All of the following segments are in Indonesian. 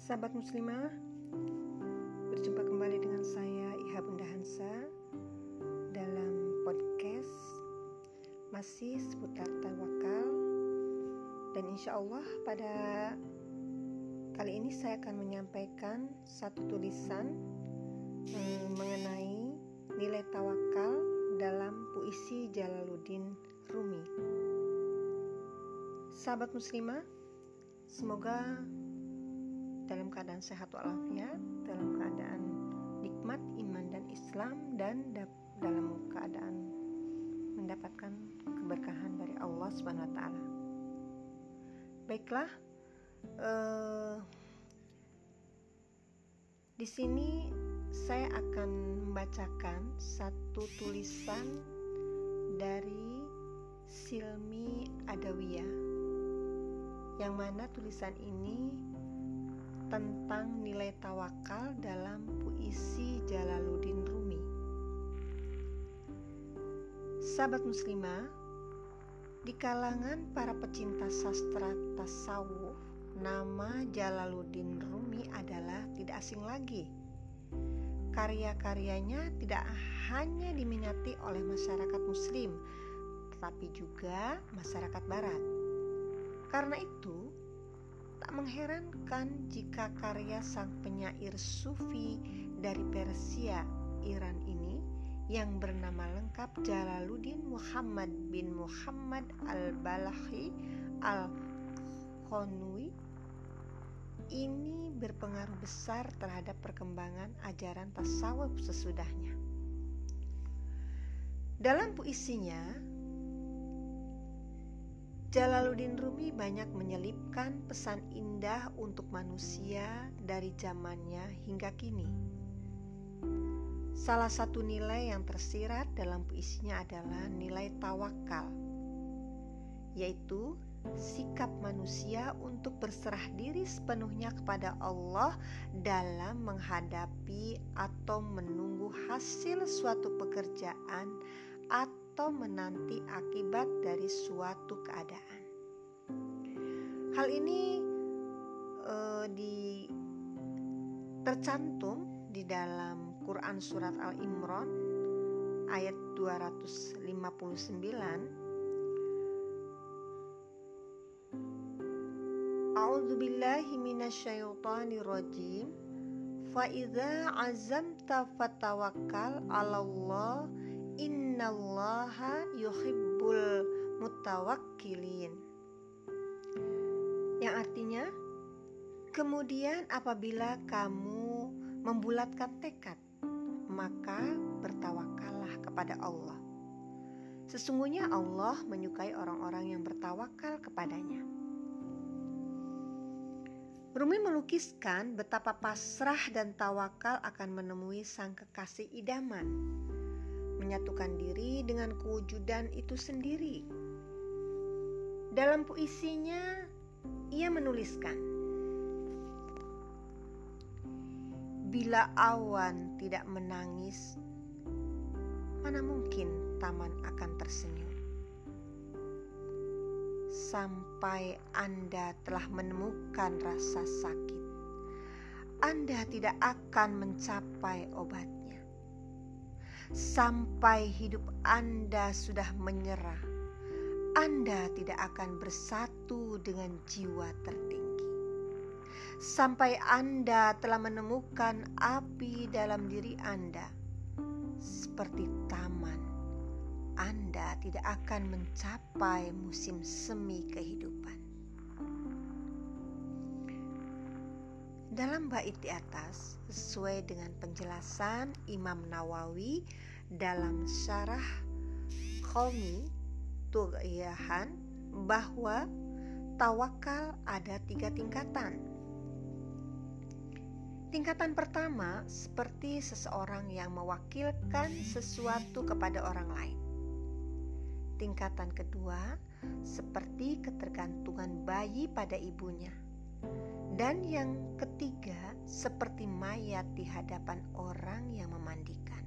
Sahabat muslimah, berjumpa kembali dengan saya Iha Bunda Hansa dalam podcast masih seputar tawakal. Dan insya Allah pada kali ini saya akan menyampaikan satu tulisan mengenai nilai tawakal dalam puisi Jalaluddin Rumi. Sahabat muslimah, semoga dalam keadaan sehat walafiat, dalam keadaan nikmat iman dan Islam, dan dalam keadaan mendapatkan keberkahan dari Allah Subhanahu wa taala. Baiklah, di sini saya akan membacakan satu tulisan dari Silmi Adawiyah, yang mana tulisan ini tentang nilai tawakal dalam puisi Jalaluddin Rumi. Sahabat muslimah, di kalangan para pecinta sastra tasawuf, nama Jalaluddin Rumi adalah tidak asing lagi. Karya-karyanya tidak hanya diminati oleh masyarakat muslim, tetapi juga masyarakat barat. Karena itu, tak mengherankan jika karya sang penyair sufi dari Persia, Iran ini, yang bernama lengkap Jalaluddin Muhammad bin Muhammad al-Balahi al-Qanwi, ini berpengaruh besar terhadap perkembangan ajaran tasawuf sesudahnya. Dalam puisinya, Jalaluddin Rumi banyak menyelipkan pesan indah untuk manusia dari zamannya hingga kini. Salah satu nilai yang tersirat dalam puisinya adalah nilai tawakal, yaitu sikap manusia untuk berserah diri sepenuhnya kepada Allah dalam menghadapi atau menunggu hasil suatu pekerjaan atau menanti akibat dari suatu keadaan. Hal ini tercantum di dalam Quran surat Al-Imran ayat 259. A'udzubillahi minasyaitonirrajim. Fa idza azamta fatawakkal 'alallah innallaha yuhibbul mutawakkilin. Yang artinya, kemudian apabila kamu membulatkan tekad, maka bertawakallah kepada Allah. Sesungguhnya Allah menyukai orang-orang yang bertawakal kepadanya. Rumi melukiskan betapa pasrah dan tawakal akan menemui sang kekasih idaman, menyatukan diri dengan kewujudan itu sendiri. Dalam puisinya, ia menuliskan, bila awan tidak menangis, mana mungkin taman akan tersenyum. Sampai Anda telah menemukan rasa sakit, Anda tidak akan mencapai obatnya. Sampai hidup Anda sudah menyerah, Anda tidak akan bersatu dengan jiwa tertinggi. Sampai Anda telah menemukan api dalam diri Anda, seperti taman, Anda tidak akan mencapai musim semi kehidupan. Dalam bait di atas, sesuai dengan penjelasan Imam Nawawi dalam Syarah Qaumi Tughyahan, bahwa tawakal ada 3 tingkatan. Tingkatan pertama seperti seseorang yang mewakilkan sesuatu kepada orang lain. Tingkatan kedua seperti ketergantungan bayi pada ibunya. Dan yang ketiga seperti mayat di hadapan orang yang memandikan.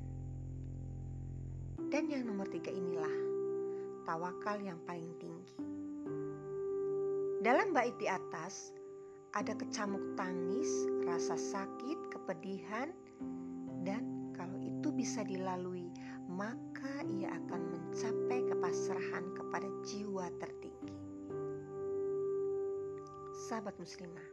Dan yang nomor 3 inilah tawakal yang paling tinggi. Dalam bait di atas, ada kecamuk tangis, rasa sakit, kepedihan, dan kalau itu bisa dilalui, maka ia akan mencapai kepasrahan kepada jiwa tertinggi. Sahabat muslimah,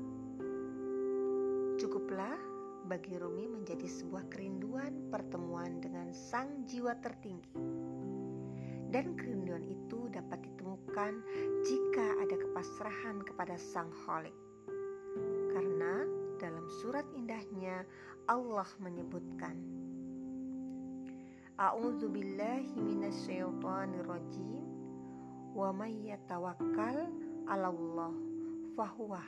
cukuplah bagi Rumi menjadi sebuah kerinduan pertemuan dengan sang jiwa tertinggi. Dan kerinduan itu dapat ditemukan jika ada kepasrahan kepada sang Khalik. Karena dalam surat indahnya Allah menyebutkan, A'udzu billahi minasyaitonir rajim, wa may yatawakkal 'alallah fahuwa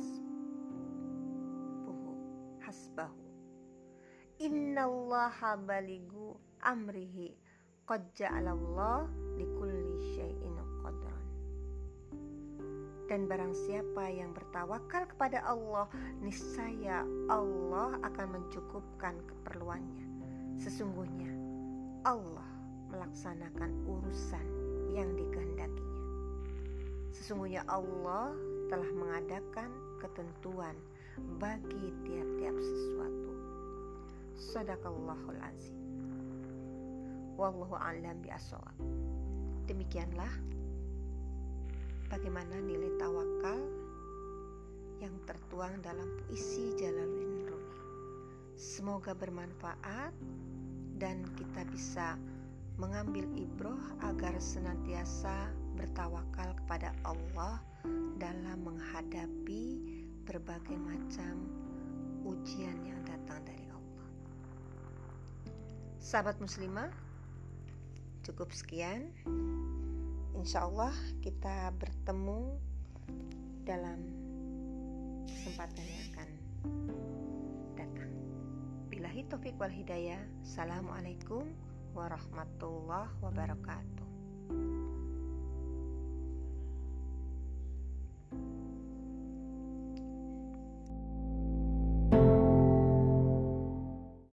hasbahu. Innallaha balighu amrihi qad ja'alallah likulli syai'in qadran. Dan barang siapa yang bertawakal kepada Allah, niscaya Allah akan mencukupkan keperluannya. Sesungguhnya Allah melaksanakan urusan yang dikehendakinya. Sesungguhnya Allah telah mengadakan ketentuan bagi tiap-tiap sesuatu. Shadaqallahul azim. Wallahu a'lam bishawab. Demikianlah bagaimana nilai tawakal yang tertuang dalam puisi Jalaluddin Rumi. Semoga bermanfaat dan kita bisa mengambil ibroh agar senantiasa bertawakal kepada Allah dalam menghadapi berbagai macam ujian yang datang dari Allah. Sahabat muslimah, cukup sekian. Insya Allah kita bertemu dalam kesempatan yang akan datang. Billahi taufiq wal hidayah. Assalamualaikum warahmatullahi wabarakatuh.